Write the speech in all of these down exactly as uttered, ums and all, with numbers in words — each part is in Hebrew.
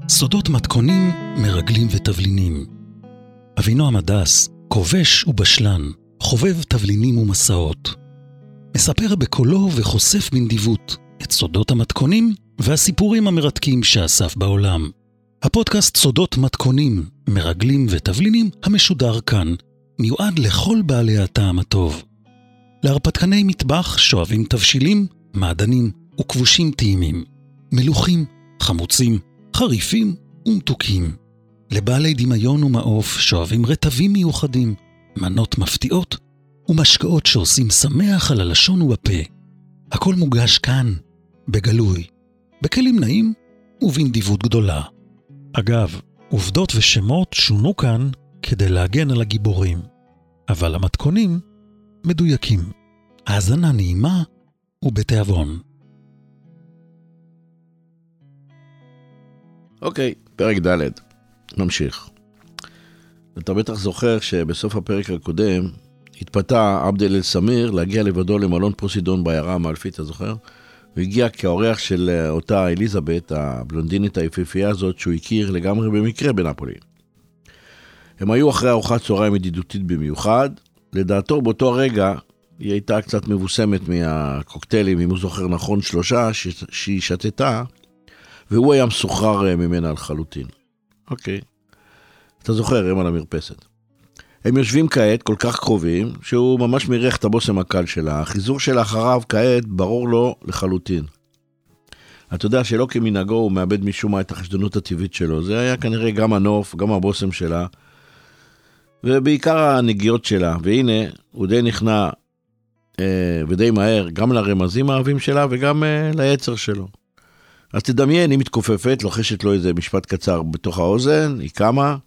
סודות מתכונים, מרגלים ותבלינים. אבינועם הדס, כובש ובשלן, חובב תבלינים ומסעות. מספר בקולו וחושף בנדיבות את סודות המתכונים והסיפורים המרתקים שאסף בעולם. הפודקאסט סודות מתכונים, מרגלים ותבלינים המשודר כאן, מיועד לכל בעלי הטעם הטוב. להרפתקני מטבח שואבים תבשילים, מעדנים וכבושים טעימים, מלוחים, חמוצים, חריפים ומתוקים. לבעלי דמיון ומעוף שואבים רטבים מיוחדים, מנות מפתיעות ומשקאות שעושים שמח על הלשון ובפה. הכל מוגש כאן, בגלוי, בכלים נעים ובנדיבות גדולה. אגב, עובדות ושמות שונו כאן כדי להגן על הגיבורים, אבל המתכונים מדויקים. האזנה נעימה ובתיאבון. אוקיי, פרק ד' נמשיך. אתה בטח זוכר שבסוף הפרק הקודם התפתה עבד אל סמיר להגיע לבדו למלון פוסידון בעיירה המאלפית, אתה זוכר? הוא הגיע כאורח של אותה אליזבת, הבלונדינית היפהפייה הזאת, שהוא הכיר לגמרי במקרה בנפולי. הם היו אחרי ארוחת צהריים ידידותית במיוחד. לדעתו באותו הרגע היא הייתה קצת מבוסמת מהקוקטיילים, אם הוא זוכר נכון, שלושה שהיא שתתה, והוא היה מסוחרר ממנה לחלוטין. אוקיי. אתה זוכר, הם על המרפסת. הם יושבים כעת כל כך קרובים, שהוא ממש מריח את הבושם הקל שלה. החיזור שלה אחריו כעת ברור לו לחלוטין. אתה יודע שלא כמנהגו הוא מאבד משום מה את החשדנות הטבעית שלו. זה היה כנראה גם הנוף, גם הבושם שלה, ובעיקר הנגיעות שלה. והנה, הוא די נכנע אה, ודי מהר גם לרמזים האהבים שלה וגם אה, ליצר שלו. אז תדמיין, היא מתכופפת, לוחשת לו איזה משפט קצר בתוך האוזן, היא קמה,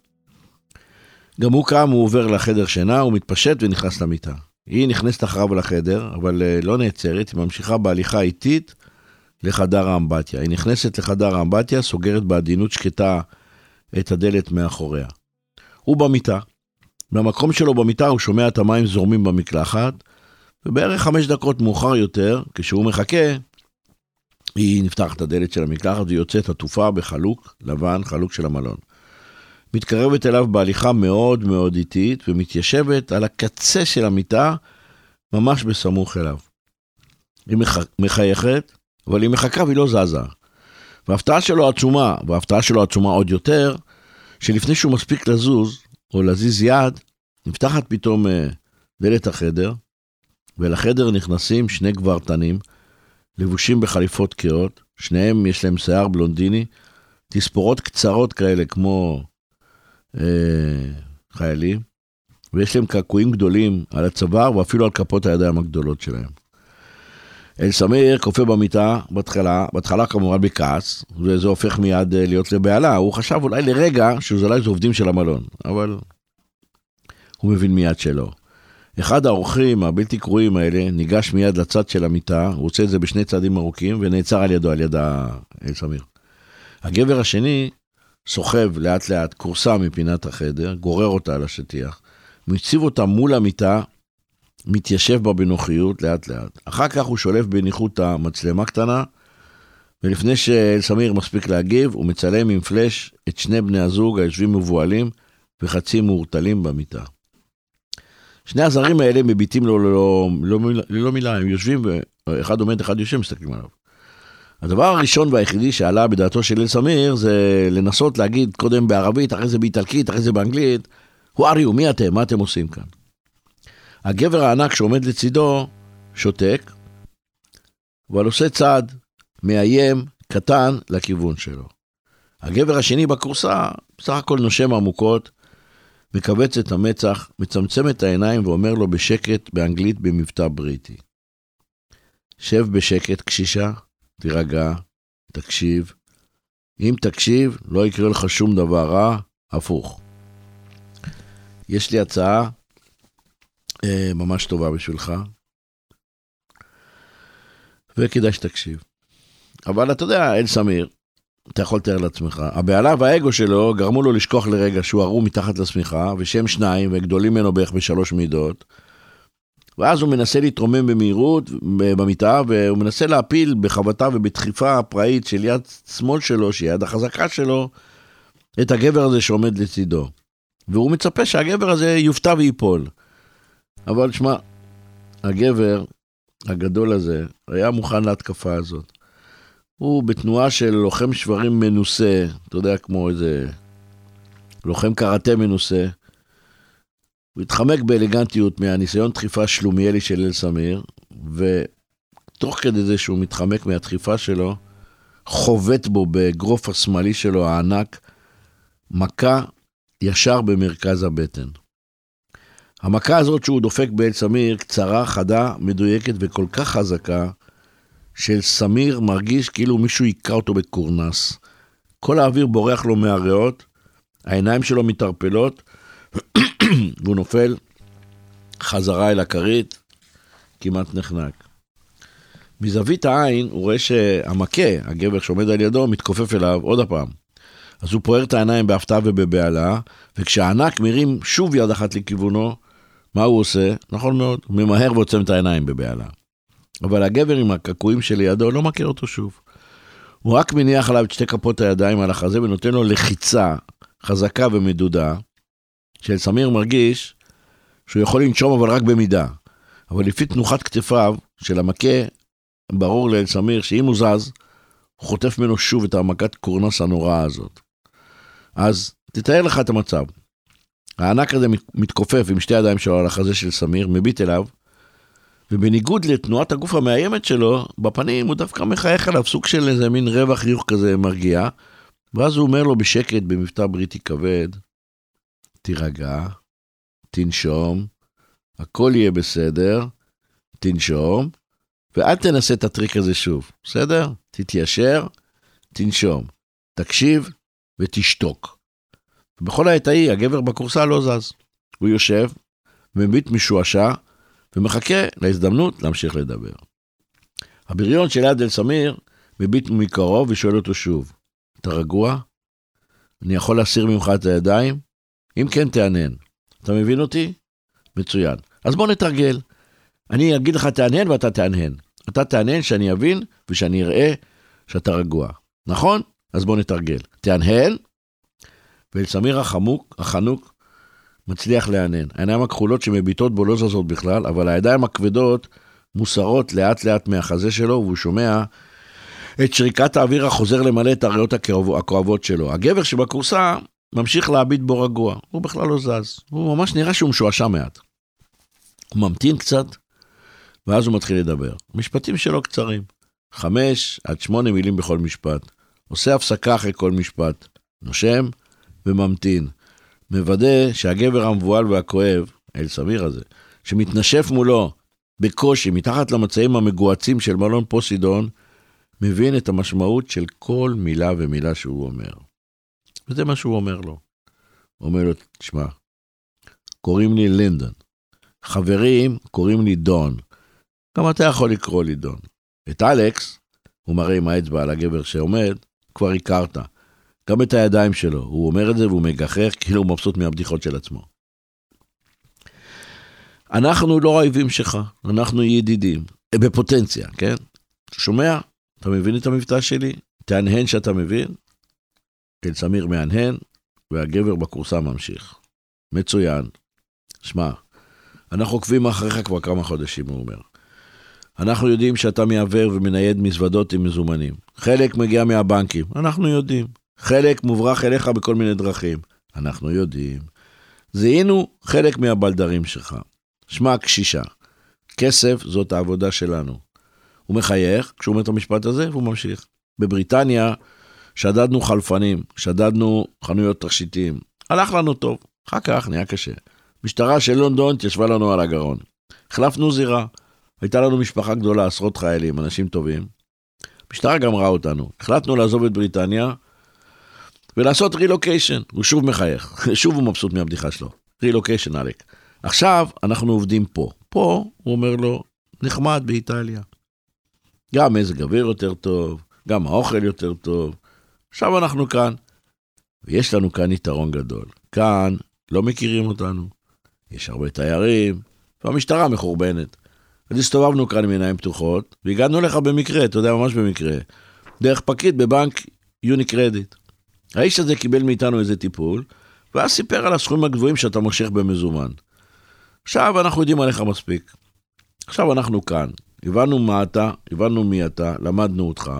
גם הוא קם, הוא עובר לחדר שינה, הוא מתפשט ונכנס למיטה. היא נכנסת אחריו לחדר, אבל לא נעצרת, היא ממשיכה בהליכה איטית לחדר האמבטיה. היא נכנסת לחדר האמבטיה, סוגרת בעדינות שקטה את הדלת מאחוריה. הוא במיטה, במקום שלו במיטה הוא שומע את המים זורמים במקלחת, ובערך חמש דקות מאוחר יותר, כשהוא מחכה, היא נפתחת את הדלת של המקלחת ויוצאת עטופה בחלוק לבן, חלוק של המלון. מתקרבת אליו בהליכה מאוד מאוד איטית, ומתיישבת על הקצה של המיטה, ממש בסמוך אליו. היא מח... מחייכת, אבל היא מחכה והיא לא זזה. וההפתעה שלו עצומה, וההפתעה שלו עצומה עוד יותר, שלפני שהוא מספיק לזוז, או להזיז יד, נפתחת פתאום דלת החדר, ולחדר נכנסים שני גברתנים, לבושים בחליפות קאות, שניהם יש להם שיער בלונדיני, תספורות קצרות כאלה כמו אה, חיילים, ויש להם קעקועים גדולים על הצוואר ואפילו על כפות הידיים הגדולות שלהם. אל סמיר קופא במיטה בהתחלה, בהתחלה כמובן בכעס, וזה הופך מיד להיות לבעלה. הוא חשב אולי לרגע שזה אולי זה עובדים של המלון, אבל הוא מבין מיד שלא. אחד האורחים הבלתי קרואים האלה ניגש מיד לצד של המיטה, הוא עושה את זה בשני צעדים ארוכים, ונעצר על ידו, על יד אל סמיר. הגבר השני סוחב לאט לאט קורסה מפינת החדר, גורר אותה על השטיח, מציב אותה מול המיטה, מתיישב בה בנוחיות לאט לאט. אחר כך הוא שולף בניחות המצלמה קטנה, ולפני שאל סמיר מספיק להגיב, הוא מצלם עם פלש את שני בני הזוג היושבים מבועלים וחצי מורטלים במיטה. שני הזרים האלה מביטים לו ללא, ללא, ללא, ללא מילה, הם יושבים, ואחד עומד, אחד יושב, מסתכלים עליו. הדבר הראשון והיחידי שעלה בדעתו של אל סמיר, זה לנסות להגיד קודם בערבית, אחרי זה באיטלקית, אחרי זה באנגלית, who are you, מי אתם, מה אתם עושים כאן? הגבר הענק שעומד לצידו, שותק, אבל עושה צעד, מאיים, קטן, לכיוון שלו. הגבר השני בקורסה, בסך הכל נושם עמוקות, מקבץ את המצח, מצמצם את העיניים ואומר לו בשקט באנגלית במבטא בריטי. שב בשקט קשישה, תירגע, תקשיב. אם תקשיב, לא יקרה לך שום דבר רע, הפוך. יש לי הצעה אה, ממש טובה בשבילך, וכדאי שתקשיב. אבל אתה יודע, אל סמיר, אתה יכול לתאר לעצמך, הבעלה והאגו שלו גרמו לו לשכוח לרגע שהוא ערום מתחת לשמיכה, ושהם שניים וגדולים ממנו בערך בשלוש מידות, ואז הוא מנסה להתרומם במהירות במיטה, והוא מנסה להפיל בחבטה ובדחיפה הפראית של יד שמאל שלו, שהיא יד החזקה שלו, את הגבר הזה שעומד לצידו. והוא מצפה שהגבר הזה יופתע ויפול. אבל שמע, הגבר הגדול הזה היה מוכן להתקפה הזאת. הוא בתנועה של לוחם שברים מנוסה, אתה יודע, כמו איזה לוחם קראטה מנוסה, הוא התחמק באלגנטיות מהניסיון דחיפה שלומיאלי של אל סמיר, ותוך כדי זה שהוא מתחמק מהדחיפה שלו, חובט בו בגרוף השמאלי שלו הענק, מכה ישר במרכז הבטן. המכה הזאת שהוא דופק באל סמיר, קצרה, חדה, מדויקת וכל כך חזקה, של סמיר מרגיש כאילו מישהו יקע אותו בקורנס. כל האוויר בורח לו מהריאות, העיניים שלו מתערפלות, והוא נופל חזרה אל הכרית, כמעט נחנק. מזווית העין הוא רואה שהמכה, הגבר שעומד על ידו, מתכופף אליו עוד הפעם. אז הוא פוער את העיניים בהפתעה ובבעלה, וכשהענק מרים שוב יד אחת לכיוונו, מה הוא עושה? נכון מאוד, הוא ממהר ועוצם את העיניים בבעלה. אבל הגבר עם הקעקועים שלידו לא מכיר אותו שוב. הוא רק מניח עליו את שתי כפות הידיים על החזה, ונותן לו לחיצה חזקה ומדודה, שאל סמיר מרגיש שהוא יכול לנשום אבל רק במידה. אבל לפי תנוחת כתפיו של המכה, ברור לאל סמיר שאם הוא זז, הוא חוטף ממנו שוב את המכת קורנס הנוראה הזאת. אז תתאר לך את המצב. הענק הזה מתכופף עם שתי ידיים שלו על החזה של סמיר, מביט אליו, ובניגוד לתנועת הגוף המאיימת שלו, בפנים הוא דווקא מחייך עליו, סוג של איזה מין רווח חיוך כזה מרגיע, ואז הוא אומר לו בשקט, במבטא בריטי כבד, תירגע, תנשום, הכל יהיה בסדר, תנשום, ואל תנסה את הטריק הזה שוב, בסדר? תתיישר, תנשום, תקשיב ותשתוק. ובכל העת ההיא, הגבר בקורסה לא זז. הוא יושב, מביט משועשע, ומחכה להזדמנות להמשיך לדבר. הבריון של יד אל סמיר מביט מקרוב ושואל אותו שוב, אתה רגוע? אני יכול להסיר ממך את הידיים? אם כן תענן. אתה מבין אותי? מצוין. אז בוא נתרגל. אני אגיד לך תענן ואתה תענן. אתה תענן שאני אבין ושאני אראה שאתה רגוע. נכון? אז בוא נתרגל. תענן, ואל סמיר החמוק, החנוק, מצליח לענן. העיניים הכחולות שמביטות בו לא זזות בכלל, אבל הידיים הכבדות מוסרות לאט לאט מהחזה שלו, והוא שומע את שריקת האוויר החוזר למלא את הריאות הכואבות שלו. הגבר שבקורסה ממשיך להביט בו רגוע, הוא בכלל לא זז. הוא ממש נראה שהוא משועשע מעט. הוא ממתין קצת, ואז הוא מתחיל לדבר. משפטים שלו קצרים, חמש עד שמונה מילים בכל משפט. עושה הפסקה אחרי כל משפט, נושם וממתין. מוודא שהגבר המבועל והכואב, אל סמיר הזה, שמתנשף מולו בקושי, מתחת למצעים המגועצים של מלון פוסידון, מבין את המשמעות של כל מילה ומילה שהוא אומר. וזה מה שהוא אומר לו. הוא אומר לו, תשמע, קוראים לי לינדון. חברים קוראים לי דון. גם אתה יכול לקרוא לי דון. את אלכס, הוא מראה עם האצבע על הגבר שעומד, כבר הכרת. גם את הידיים שלו. הוא אומר את זה והוא מגחך, כאילו הוא מבסוט מהבדיחות של עצמו. אנחנו לא אויבים שלך, אנחנו ידידים. בפוטנציה, כן? שומע? אתה מבין את המבטא שלי? תענהן שאתה מבין? אל סמיר מענהן, והגבר בקורסה ממשיך. מצוין. שמע, אנחנו עוקבים אחריך כבר כמה חודשים, הוא אומר. אנחנו יודעים שאתה מעבר ומנייד מזוודות עם מזומנים. חלק מגיע מהבנקים, אנחנו יודעים. חלק מוברח אליך בכל מיני דרכים, אנחנו יודעים. זיהינו חלק מהבלדרים שלך. שמע קשישה, כסף זאת העבודה שלנו. הוא מחייך כשהוא אומר את המשפט הזה, והוא ממשיך. בבריטניה שדדנו חלפנים, שדדנו חנויות תכשיטים. הלך לנו טוב, אחר כך נהיה קשה. משטרה של לונדון תשבה לנו על הגרון. החלפנו זירה. הייתה לנו משפחה גדולה, עשרות חיילים, אנשים טובים. משטרה גם ראה אותנו. החלטנו לעזוב את בריטניה, ולעשות רילוקיישן. הוא שוב מחייך. שוב הוא מבסוט מהבדיחה שלו. רילוקיישן, אלק. עכשיו אנחנו עובדים פה. פה, הוא אומר לו, נחמד באיטליה. גם מזג אוויר יותר טוב, גם האוכל יותר טוב. עכשיו אנחנו כאן. ויש לנו כאן יתרון גדול. כאן לא מכירים אותנו. יש הרבה תיירים, והמשטרה מחורבנת. אז הסתובבנו כאן עם עיניים פתוחות, והגענו לך במקרה, אתה יודע, ממש במקרה, דרך פקיד בבנק יוניקרדיט. האיש הזה קיבל מאיתנו איזה טיפול, ואז סיפר על הסכומים הגבוהים שאתה מושך במזומן. עכשיו אנחנו יודעים עליך מספיק. עכשיו אנחנו כאן, הבנו מה אתה, הבנו מי אתה, למדנו אותך.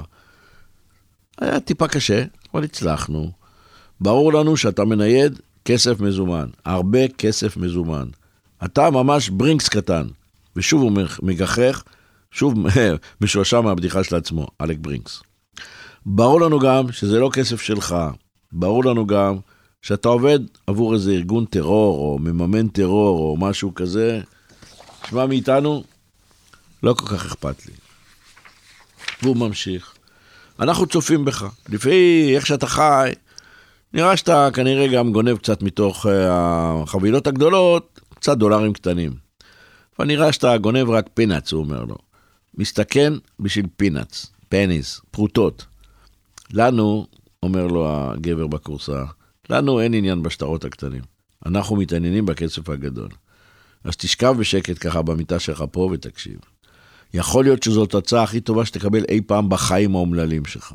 היה טיפה קשה, אבל הצלחנו. ברור לנו שאתה מנייד כסף מזומן, הרבה כסף מזומן. אתה ממש ברינקס קטן, ושוב הוא מגחך, שוב משלושה מהבדיחה של עצמו, אלק ברינקס. ברור לנו גם שזה לא כסף שלך, ברור לנו גם שאתה עובד עבור איזה ארגון טרור, או מממן טרור, או משהו כזה, שמע מאיתנו, לא כל כך אכפת לי. והוא ממשיך. אנחנו צופים בך. לפי איך שאתה חי, נראה שאתה כנראה גם גונב קצת מתוך החבילות הגדולות, קצת דולרים קטנים. אבל נראה שאתה גונב רק פינאץ, הוא אומר לו. מסתכן בשביל פינאץ, פניס, פרוטות. לנו, אומר לו הגבר בקורסה, לנו אין עניין בשטרות הקטנים. אנחנו מתעניינים בכסף הגדול. אז תשכב בשקט ככה במיטה שלך פה ותקשיב. יכול להיות שזאת הצעה הכי טובה שתקבל אי פעם בחיים האומללים שלך.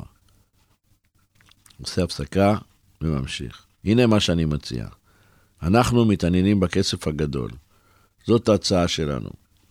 עושה הפסקה וממשיך. הנה מה שאני מציע. אנחנו מתעניינים בכסף הגדול. זאת ההצעה שלנו.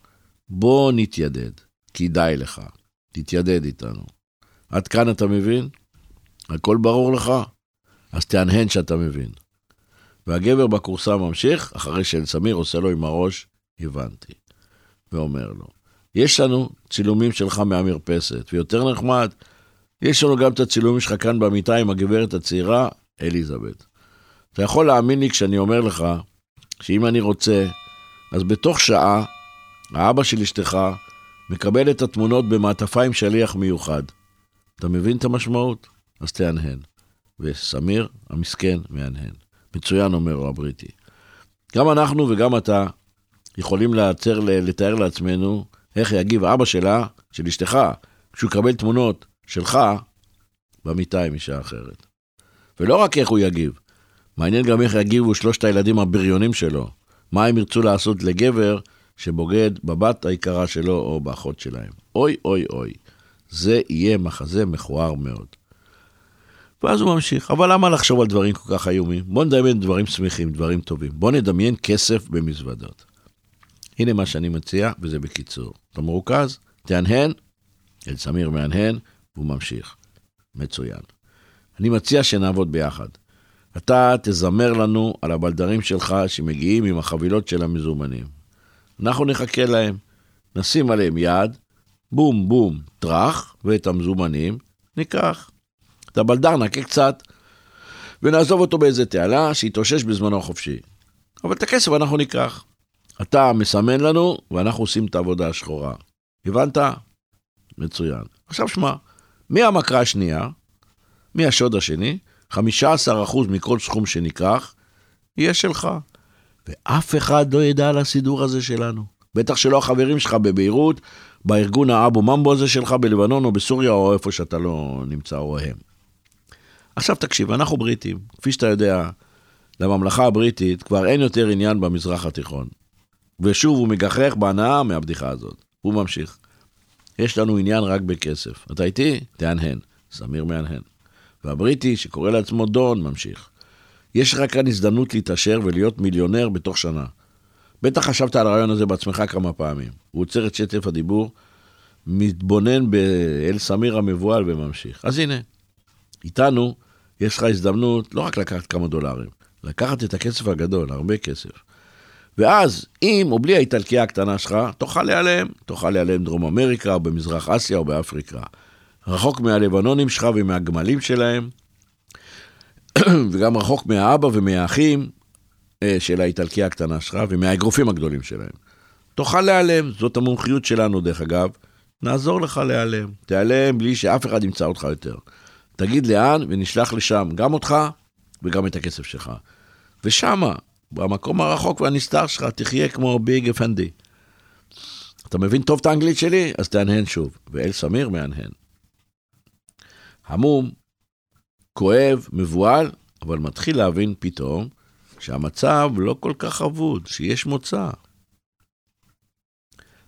בוא נתיידד. כדאי לך. תתיידד איתנו. עד כאן אתה מבין? הכל ברור לך? אז תענהן שאתה מבין. והגבר בקורסה ממשיך, אחרי שאלסמיר עושה לו עם הראש, הבנתי. ואומר לו, יש לנו צילומים שלך מהמרפסת, ויותר נחמד, יש לנו גם את הצילומים שלך כאן במיטה עם הגברת הצעירה, אליזבת. אתה יכול להאמין לי כשאני אומר לך, שאם אני רוצה, אז בתוך שעה, האבא של אשתך מקבל את התמונות במעטפה עם שליח מיוחד. אתה מבין את המשמעות? אז תענהן. וסמיר, המסכן, מענהן. מצוין, אומר לו הבריטי. גם אנחנו וגם אתה יכולים לעצר, לתאר לעצמנו איך יגיב אבא שלה, של אשתך, כשהוא יקבל תמונות שלך במיטה עם אישה אחרת. ולא רק איך הוא יגיב, מעניין גם איך יגיבו שלושת הילדים הבריונים שלו. מה הם ירצו לעשות לגבר שבוגד בבת היקרה שלו או באחות שלהם. אוי, אוי, אוי. זה יהיה מחזה מכוער מאוד. ואז הוא ממשיך. אבל למה לחשוב על דברים כל כך איומים? בוא נדמיין דברים שמחים, דברים טובים. בוא נדמיין כסף במזוודות. הנה מה שאני מציע, וזה בקיצור. אתה מרוכז? תענהן, אלסמיר מענהן, והוא ממשיך. מצוין. אני מציע שנעבוד ביחד. אתה תזמר לנו על הבלדרים שלך שמגיעים עם החבילות של המזומנים. אנחנו נחכה להם, נשים עליהם יד, בום בום טרח, ואת המזומנים ניקח. את הבלדר נקה קצת, ונעזוב אותו באיזה תעלה שיתאושש בזמנו החופשי. אבל את הכסף אנחנו ניקח. אתה מסמן לנו, ואנחנו עושים את העבודה השחורה. הבנת? מצוין. עכשיו שמע, מי המקרה השנייה? מי השוד השני? חמישה עשר אחוז מכל סכום שניקח, יהיה שלך. ואף אחד לא ידע על הסידור הזה שלנו. בטח שלא החברים שלך בביירות, בארגון האבו ממבו הזה שלך בלבנון או בסוריה או איפה שאתה לא נמצא או הם. עכשיו תקשיב, אנחנו בריטים. כפי שאתה יודע, לממלכה הבריטית כבר אין יותר עניין במזרח התיכון. ושוב הוא מגחך בהנאה מהבדיחה הזאת. הוא ממשיך. יש לנו עניין רק בכסף. אתה איתי? תענהן. סמיר מענהן. והבריטי שקורא לעצמו דון ממשיך. יש לך כאן הזדמנות להתעשר ולהיות מיליונר בתוך שנה. בטח חשבת על הרעיון הזה בעצמך כמה פעמים. הוא עוצר את שטף הדיבור, מתבונן באל סמיר המבועל וממשיך. אז הנה, איתנו יש לך הזדמנות לא רק לקחת כמה דולרים, לקחת את הכסף הגדול, הרבה כסף. ואז, אם או בלי האיטלקיה הקטנה שלך, תוכל להיעלם. תוכל להיעלם דרום אמריקה או במזרח אסיה או באפריקה. רחוק מהלבנונים שלך ומהגמלים שלהם, וגם רחוק מהאבא ומהאחים של האיטלקיה הקטנה שלך, ומהאגרופים הגדולים שלהם. תוכל להיעלם, זאת המומחיות שלנו דרך אגב, נעזור לך להיעלם. תיעלם בלי שאף אחד ימצא אותך יותר. תגיד לאן ונשלח לשם גם אותך וגם את הכסף שלך. ושמה, במקום הרחוק והנסתר שלך, תחיה כמו ביג אפנדי. אתה מבין טוב את האנגלית שלי? אז תענהן שוב. ואל סמיר מענהן. המום, כואב, מבועל, אבל מתחיל להבין פתאום שהמצב לא כל כך אבוד, שיש מוצא.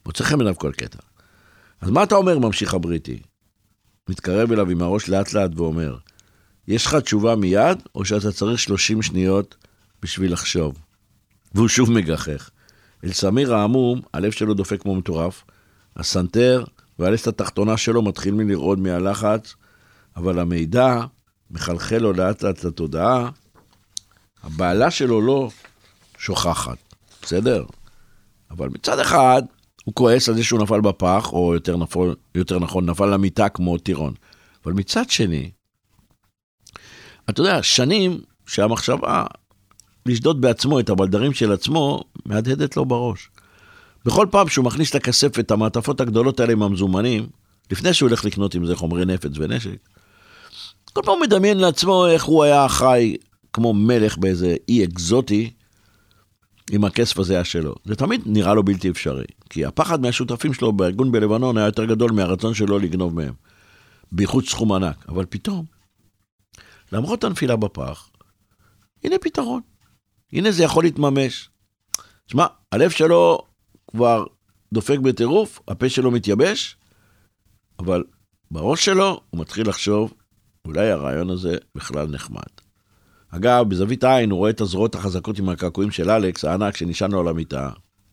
מוצא חן בעיניו כל קטע. אז מה אתה אומר, ממשיך הבריטי? מתקרב אליו עם הראש לאט לאט ואומר, יש לך תשובה מיד, או שאתה צריך שלושים שניות בשביל לחשוב? והוא שוב מגחך. אל סמיר העמום, הלב שלו דופק כמו מטורף, הסנטר והלסת התחתונה שלו מתחיל מלרעוד מהלחץ, אבל המידע מחלחל לו לאט לאט לתודעה, הבעלה שלו לא שוכחת, בסדר? אבל מצד אחד, הוא כועס על זה שהוא נפל בפח, או יותר, נפול, יותר נכון, נפל למיטה כמו טירון. אבל מצד שני, אתה יודע, שנים שהמחשבה לשדוד בעצמו את הבלדרים של עצמו, מהדהדת לו בראש. בכל פעם שהוא מכניס לכספת את המעטפות הגדולות האלה עם המזומנים, לפני שהוא הולך לקנות עם זה חומרי נפץ ונשק, כל פעם הוא מדמיין לעצמו איך הוא היה חי כמו מלך באיזה אי אקזוטי, עם הכסף הזה שלו. זה תמיד נראה לו בלתי אפשרי, כי הפחד מהשותפים שלו בארגון בלבנון היה יותר גדול מהרצון שלו לגנוב מהם, בייחוד סכום ענק. אבל פתאום, למרות הנפילה בפח, הנה פתרון. הנה זה יכול להתממש. תשמע, הלב שלו כבר דופק בטירוף, הפה שלו מתייבש, אבל בראש שלו הוא מתחיל לחשוב, אולי הרעיון הזה בכלל נחמד. אגב, בזווית העין הוא רואה את הזרועות החזקות עם הקעקועים של אלכס, הענק שנשען לו על המיטה.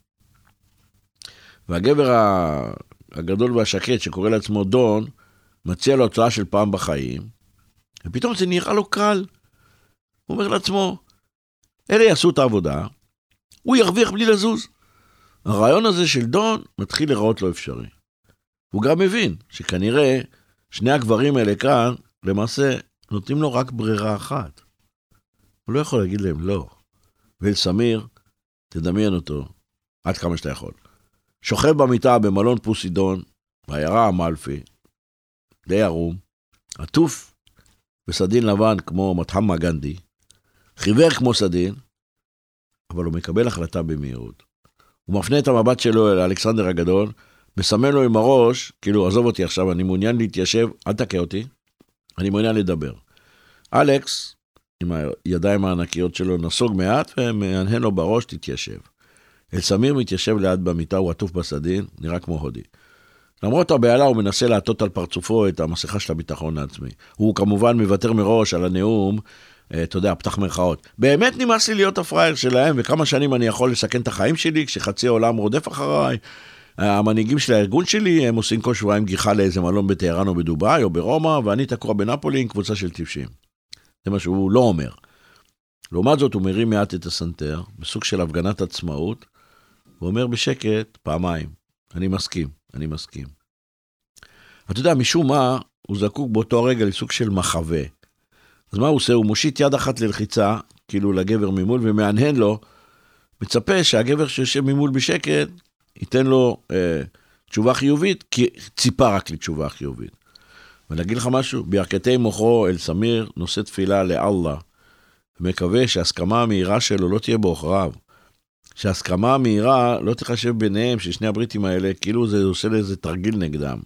והגבר הגדול והשקט שקורא לעצמו דון, מציע לו הצעה של פעם בחיים, ופתאום זה נראה לו קל. הוא אומר לעצמו, אלה יעשו את העבודה, הוא ירוויח בלי לזוז. הרעיון הזה של דון מתחיל לראות לו אפשרי. הוא גם מבין שכנראה שני הגברים האלה כאן, למעשה נותנים לו רק ברירה אחת. הוא לא יכול להגיד להם לא. ואל סמיר, תדמיין אותו, עד כמה שאתה יכול. שוכב במיטה במלון פוסידון, בעיירה אמלפי, די ערום, עטוף בסדין לבן כמו מתחמה גנדי, חיוור כמו סדין, אבל הוא מקבל החלטה במהירות. הוא מפנה את המבט שלו אל אלכסנדר הגדול, מסמן לו עם הראש, כאילו, עזוב אותי עכשיו, אני מעוניין להתיישב, אל תקה אותי, אני מעוניין לדבר. אלכס, עם הידיים הענקיות שלו, נסוג מעט, ומענהן לו בראש, תתיישב. אל סמיר מתיישב ליד במיטה, הוא עטוף בסדין, נראה כמו הודי. למרות הבעלה, הוא מנסה לעטות על פרצופו את המסכה של הביטחון העצמי. הוא כמובן מוותר מראש על הנאום, אתה יודע, פתח מרכאות. באמת נמאס לי להיות הפראייר שלהם, וכמה שנים אני יכול לסכן את החיים שלי, כשחצי העולם רודף אחריי. המנהיגים של הארגון שלי, הם עושים כל שבועיים גיחה לאיזה מלון בטהרן או בדובאי או ברומא, ואני תקוע בנפולי עם קבוצה של טיפשים. זה מה שהוא לא אומר. לעומת זאת, הוא מרים מעט את הסנטר, בסוג של הפגנת עצמאות, הוא אומר בשקט פעמיים, אני מסכים, אני מסכים. אתה יודע, משום מה, הוא זקוק באותו רגע לסוג של מחווה. אז מה הוא עושה? הוא מושיט יד אחת ללחיצה, כאילו לגבר ממול, ומענהן לו, מצפה שהגבר שיושב ממול בשקט, ייתן לו אה, תשובה חיובית, כי ציפה רק לתשובה חיובית. ולהגיד לך משהו, בירכתי מוחו אל סמיר נושא תפילה לאללה, ומקווה שההסכמה המהירה שלו לא תהיה באוכריו, שההסכמה המהירה לא תחשב ביניהם, ששני הבריטים האלה, כאילו זה עושה לאיזה תרגיל נגדם.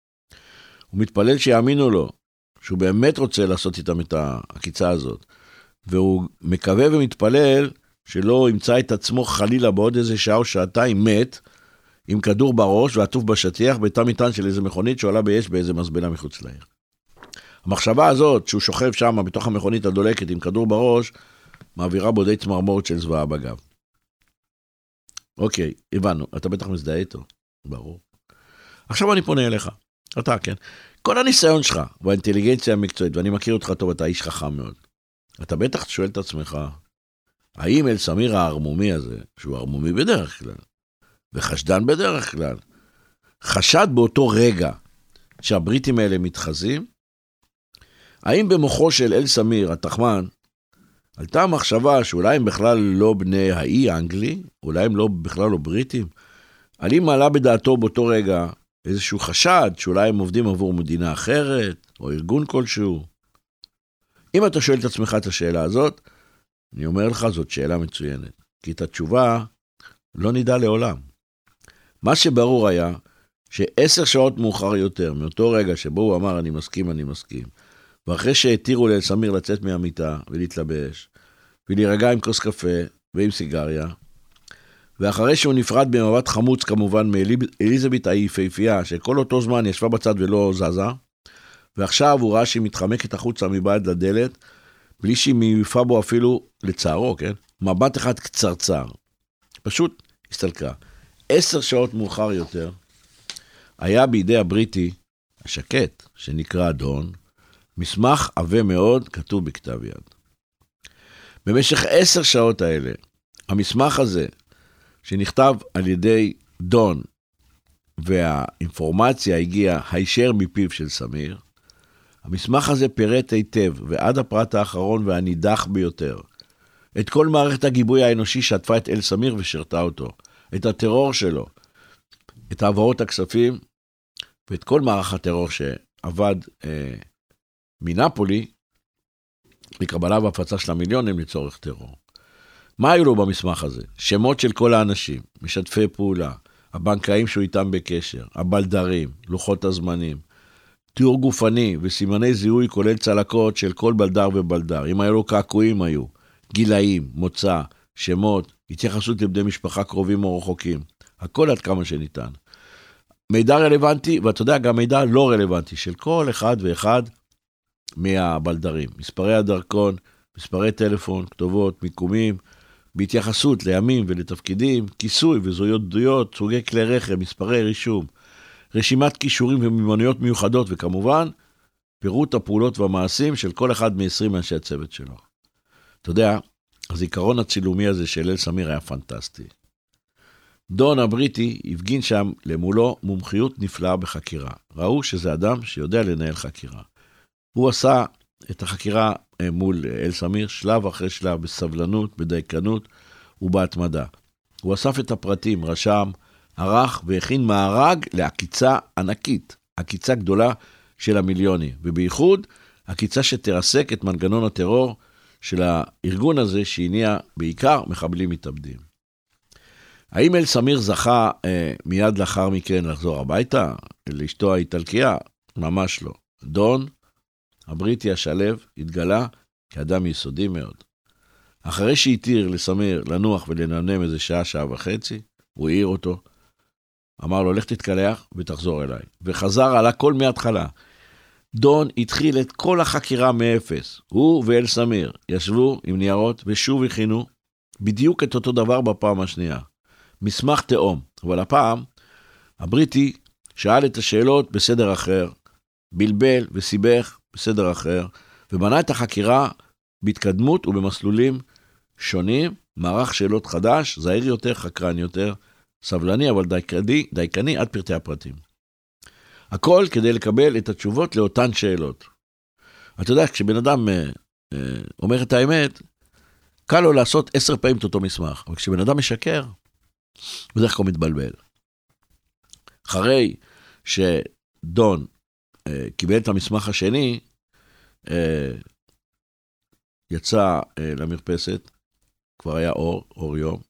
הוא מתפלל שיאמינו לו, שהוא באמת רוצה לעשות איתם את הקיצה הזאת, והוא מקווה ומתפלל שלא ימצא את עצמו חלילה בעוד איזה שעה או שעתיים מת, עם כדור בראש ועטוף בשטיח, בתא מטען של איזה מכונית שעולה באש באיזה מזבלה מחוץ לעיר. המחשבה הזאת, שהוא שוכב שם בתוך המכונית הדולקת עם כדור בראש, מעבירה בודי צמרמורת של זוועה בגב. אוקיי, הבנו, אתה בטח מזדהה איתו, ברור. עכשיו אני פונה אליך, אתה, כן. כל הניסיון שלך והאינטליגנציה המקצועית, ואני מכיר אותך טוב, אתה איש חכם מאוד. אתה בטח שואל את עצמך, האם אל סמיר הערמומי הזה, שהוא ערמומי בדרך כלל, וחשדן בדרך כלל, חשד באותו רגע שהבריטים האלה מתחזים, האם במוחו של אל סמיר, התחמן, עלתה המחשבה שאולי הם בכלל לא בני האי האנגלי, אולי הם לא, בכלל לא בריטים, האם מעלה בדעתו באותו רגע איזשהו חשד שאולי הם עובדים עבור מדינה אחרת, או ארגון כלשהו? אם אתה שואל את עצמך את השאלה הזאת, אני אומר לך, זאת שאלה מצוינת, כי את התשובה לא נדע לעולם. מה שברור היה, שעשר שעות מאוחר יותר, מאותו רגע שבו הוא אמר, אני מסכים, אני מסכים, ואחרי שהתירו לאל סמיר לצאת מהמיטה ולהתלבש, ולהירגע עם כוס קפה ועם סיגריה, ואחרי שהוא נפרד במבט חמוץ כמובן מאליזבת היפהפייה, שכל אותו זמן ישבה בצד ולא זזה, ועכשיו הוא ראה שהיא מתחמקת החוצה מבעד לדלת, בלי שהיא מעיפה בו אפילו לצערו, כן? מבט אחד קצרצר. פשוט הסתלקה. עשר שעות מאוחר יותר, היה בידי הבריטי, השקט, שנקרא דון, מסמך עבה מאוד, כתוב בכתב יד. במשך עשר שעות האלה, המסמך הזה, שנכתב על ידי דון, והאינפורמציה הגיעה הישר מפיו של סמיר, המסמך הזה פירט היטב, ועד הפרט האחרון והנידח ביותר, את כל מערכת הגיבוי האנושי שעטפה את אל סמיר ושרתה אותו, את הטרור שלו, את העברות הכספים, ואת כל מערך הטרור שעבד אה, מנפולי, לקבלה והפצה של המיליונים לצורך טרור. מה היו לו במסמך הזה? שמות של כל האנשים, משתפי פעולה, הבנקאים שהוא איתם בקשר, הבלדרים, לוחות הזמנים, תיאור גופני וסימני זיהוי כולל צלקות של כל בלדר ובלדר. אם היו לו קעקועים היו, גילאים, מוצא, שמות, התייחסות לבני משפחה קרובים או רחוקים. הכל עד כמה שניתן. מידע רלוונטי, ואתה יודע, גם מידע לא רלוונטי, של כל אחד ואחד מהבלדרים. מספרי הדרכון, מספרי טלפון, כתובות, מיקומים, בהתייחסות לימים ולתפקידים, כיסוי וזהויות עדויות, סוגי כלי רכב, מספרי רישום, רשימת קישורים ומיומנויות מיוחדות, וכמובן, פירוט הפעולות והמעשים של כל אחד מ-עשרים אנשי הצוות שלו. אתה יודע, הזיכרון הצילומי הזה של אל סמיר היה פנטסטי. דון הבריטי הפגין שם למולו מומחיות נפלאה בחקירה. ראו שזה אדם שיודע לנהל חקירה. הוא עשה את החקירה מול אל סמיר שלב אחרי שלב, בסבלנות, בדייקנות ובהתמדה. הוא אסף את הפרטים, רשם, ערך והכין מארג לעקיצה ענקית, עקיצה גדולה של המיליונים, ובייחוד עקיצה שתרסק את מנגנון הטרור של הארגון הזה שהניע בעיקר מחבלים מתאבדים. האם אל סמיר זכה אה, מיד לאחר מכן לחזור הביתה, לאשתו האיטלקיה? ממש לא. דון, הבריטי השלב, התגלה כאדם יסודי מאוד. אחרי שהתיר לסמיר לנוח ולנמנם איזה שעה, שעה וחצי, הוא העיר אותו, אמר לו, לך תתקלח ותחזור אליי. וחזר על הכל מההתחלה. דון התחיל את כל החקירה מאפס. הוא ואל סמיר ישבו עם ניירות ושוב הכינו בדיוק את אותו דבר בפעם השנייה. מסמך תאום. אבל הפעם הבריטי שאל את השאלות בסדר אחר, בלבל וסיבך בסדר אחר, ובנה את החקירה בהתקדמות ובמסלולים שונים, מערך שאלות חדש, זהיר יותר, חקרן יותר, סבלני אבל דייקני, דייקני עד פרטי הפרטים. הכל כדי לקבל את התשובות לאותן שאלות. אתה יודע, כשבן אדם אה, אה, אומר את האמת, קל לו לעשות עשר פעמים את אותו מסמך, אבל כשבן אדם משקר, בדרך כלל מתבלבל. אחרי שדון אה, קיבל את המסמך השני, אה, יצא אה, למרפסת, כבר היה אור, אור יום,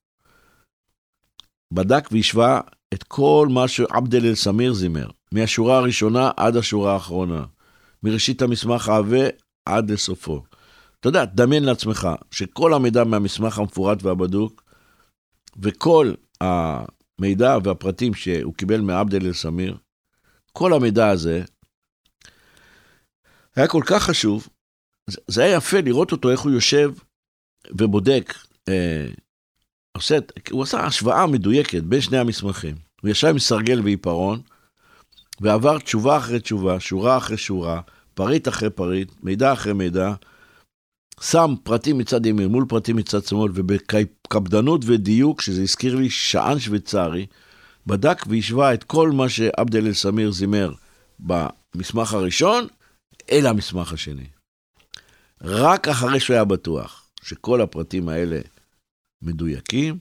בדק וישווה את כל מה שעבדל אל סמיר זימר, מהשורה הראשונה עד השורה האחרונה, מראשית המסמך העבה עד לסופו. אתה יודע, דמיין לעצמך שכל המידע מהמסמך המפורט והבדוק, וכל המידע והפרטים שהוא קיבל מעבדל אל סמיר, כל המידע הזה היה כל כך חשוב, זה היה יפה לראות אותו איך הוא יושב ובודק, אה, עושה, הוא עשה השוואה מדויקת בין שני המסמכים. הוא ישב עם סרגל ועיפרון, ועבר תשובה אחרי תשובה, שורה אחרי שורה, פריט אחרי פריט, מידע אחרי מידע, שם פרטים מצד ימין מול פרטים מצד שמאל, ובקפדנות ודיוק, שזה הזכיר לי שען שוויצרי, בדק וישווה את כל מה שעבדל אל סמיר זימר במסמך הראשון, אל המסמך השני. רק אחרי שהוא היה בטוח שכל הפרטים האלה מדויקים,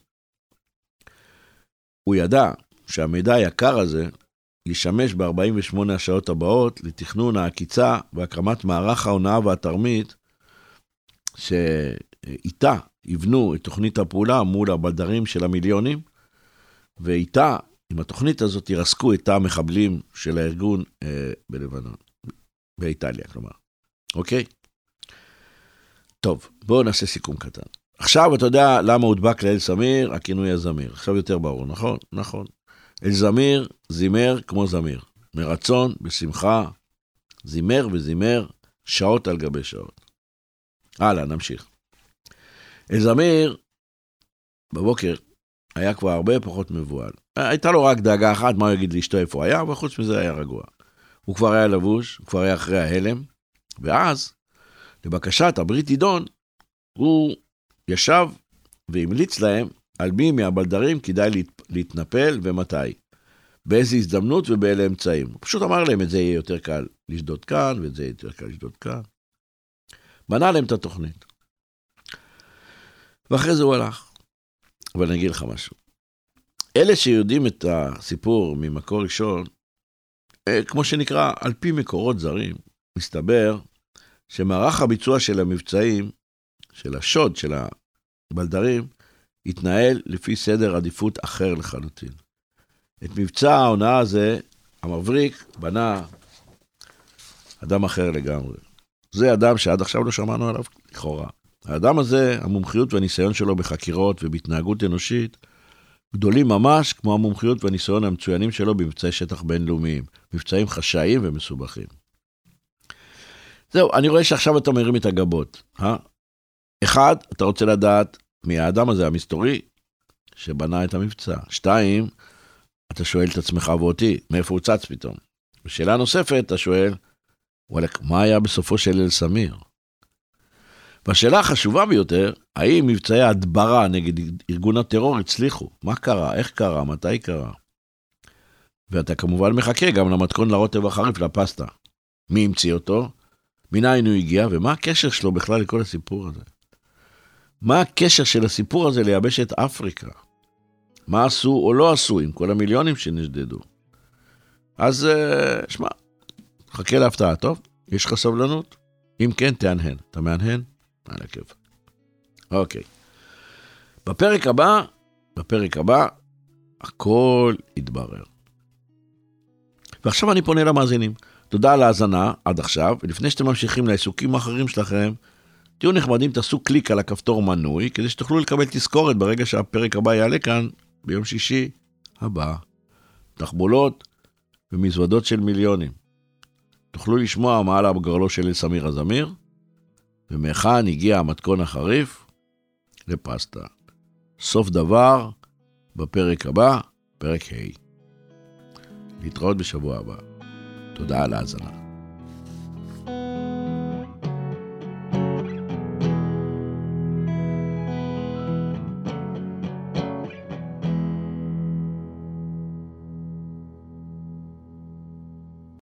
הוא ידע שהמידע היקר הזה ישמש ב-ארבעים ושמונה השעות הבאות לתכנון העקיצה והקמת מערך ההונאה והתרמית שאיתה יבנו את תוכנית הפעולה מול הבלדרים של המיליונים, ואיתה, עם התוכנית הזאת, ירסקו את המחבלים של הארגון אה, בלבנון, באיטליה, כלומר. אוקיי? טוב, בואו נעשה סיכום קטן. עכשיו אתה יודע למה הודבק לאל זמיר, הכינוי הזמיר. עכשיו יותר ברור, נכון? נכון. אל זמיר, זימר כמו זמיר. מרצון, בשמחה, זימר וזימר, שעות על גבי שעות. הלאה, נמשיך. אל זמיר, בבוקר, היה כבר הרבה פחות מבועל. הייתה לו רק דאגה אחת, מה הוא יגיד לאשתו איפה היה, וחוץ מזה היה רגוע. הוא כבר היה לבוש, הוא כבר היה אחרי ההלם, ואז, לבקשת הברית עידון, הוא ישב והמליץ להם על מי מהבלדרים כדאי להת... להתנפל ומתי. באיזה הזדמנות ובאלה אמצעים. הוא פשוט אמר להם, את זה יהיה יותר קל לשדוד כאן, ואת זה יהיה יותר קל לשדוד כאן. בנה להם את התוכנית. ואחרי זה הוא הלך. אבל אני אגיד לך משהו. אלה שיודעים את הסיפור ממקור ראשון, כמו שנקרא, על פי מקורות זרים, מסתבר שמערך הביצוע של המבצעים, של השוד של הבלדרים, התנהל לפי סדר עדיפות אחר לחלוטין. את מבצע ההונאה הזה, המבריק בנה אדם אחר לגמרי. זה אדם שעד עכשיו לא שמענו עליו לכאורה. האדם הזה, המומחיות והניסיון שלו בחקירות ובהתנהגות אנושית, גדולים ממש כמו המומחיות והניסיון המצוינים שלו במבצעי שטח בינלאומיים, מבצעים חשאיים ומסובכים. זהו, אני רואה שעכשיו אתה מרים את הגבות. אה? אחד, אתה רוצה לדעת מי האדם הזה המסתורי שבנה את המבצע. שתיים, אתה שואל את עצמך ואותי, מאיפה הוא צץ פתאום? בשאלה נוספת, אתה שואל, וואלק, מה היה בסופו של אל זמיר? והשאלה החשובה ביותר, האם מבצעי ההדברה נגד ארגון הטרור הצליחו? מה קרה? איך קרה? מתי קרה? ואתה כמובן מחכה גם למתכון לרוטב החריף, לפסטה. מי המציא אותו? מניין הוא הגיע? ומה הקשר שלו בכלל לכל הסיפור הזה? מה הקשר של הסיפור הזה ליבשת אפריקה? מה עשו או לא עשו עם כל המיליונים שנשדדו? אז, שמע, חכה להפתעה, טוב? יש לך סבלנות? אם כן, תענהן. אתה מענהן? על הכיף. אוקיי. בפרק הבא, בפרק הבא, הכל יתברר. ועכשיו אני פונה למאזינים. תודה על ההאזנה עד עכשיו, ולפני שאתם ממשיכים לעיסוקים האחרים שלכם, תהיו נחמדים, תעשו קליק על הכפתור מנוי, כדי שתוכלו לקבל תזכורת ברגע שהפרק הבא יעלה כאן, ביום שישי הבא. תחבולות ומזוודות של מיליונים. תוכלו לשמוע מה עלה בגרלו של אל זמיר הזמיר, ומכאן הגיע המתכון החריף לפסטה. סוף דבר בפרק הבא, פרק ה'. להתראות בשבוע הבא. תודה על ההאזנה.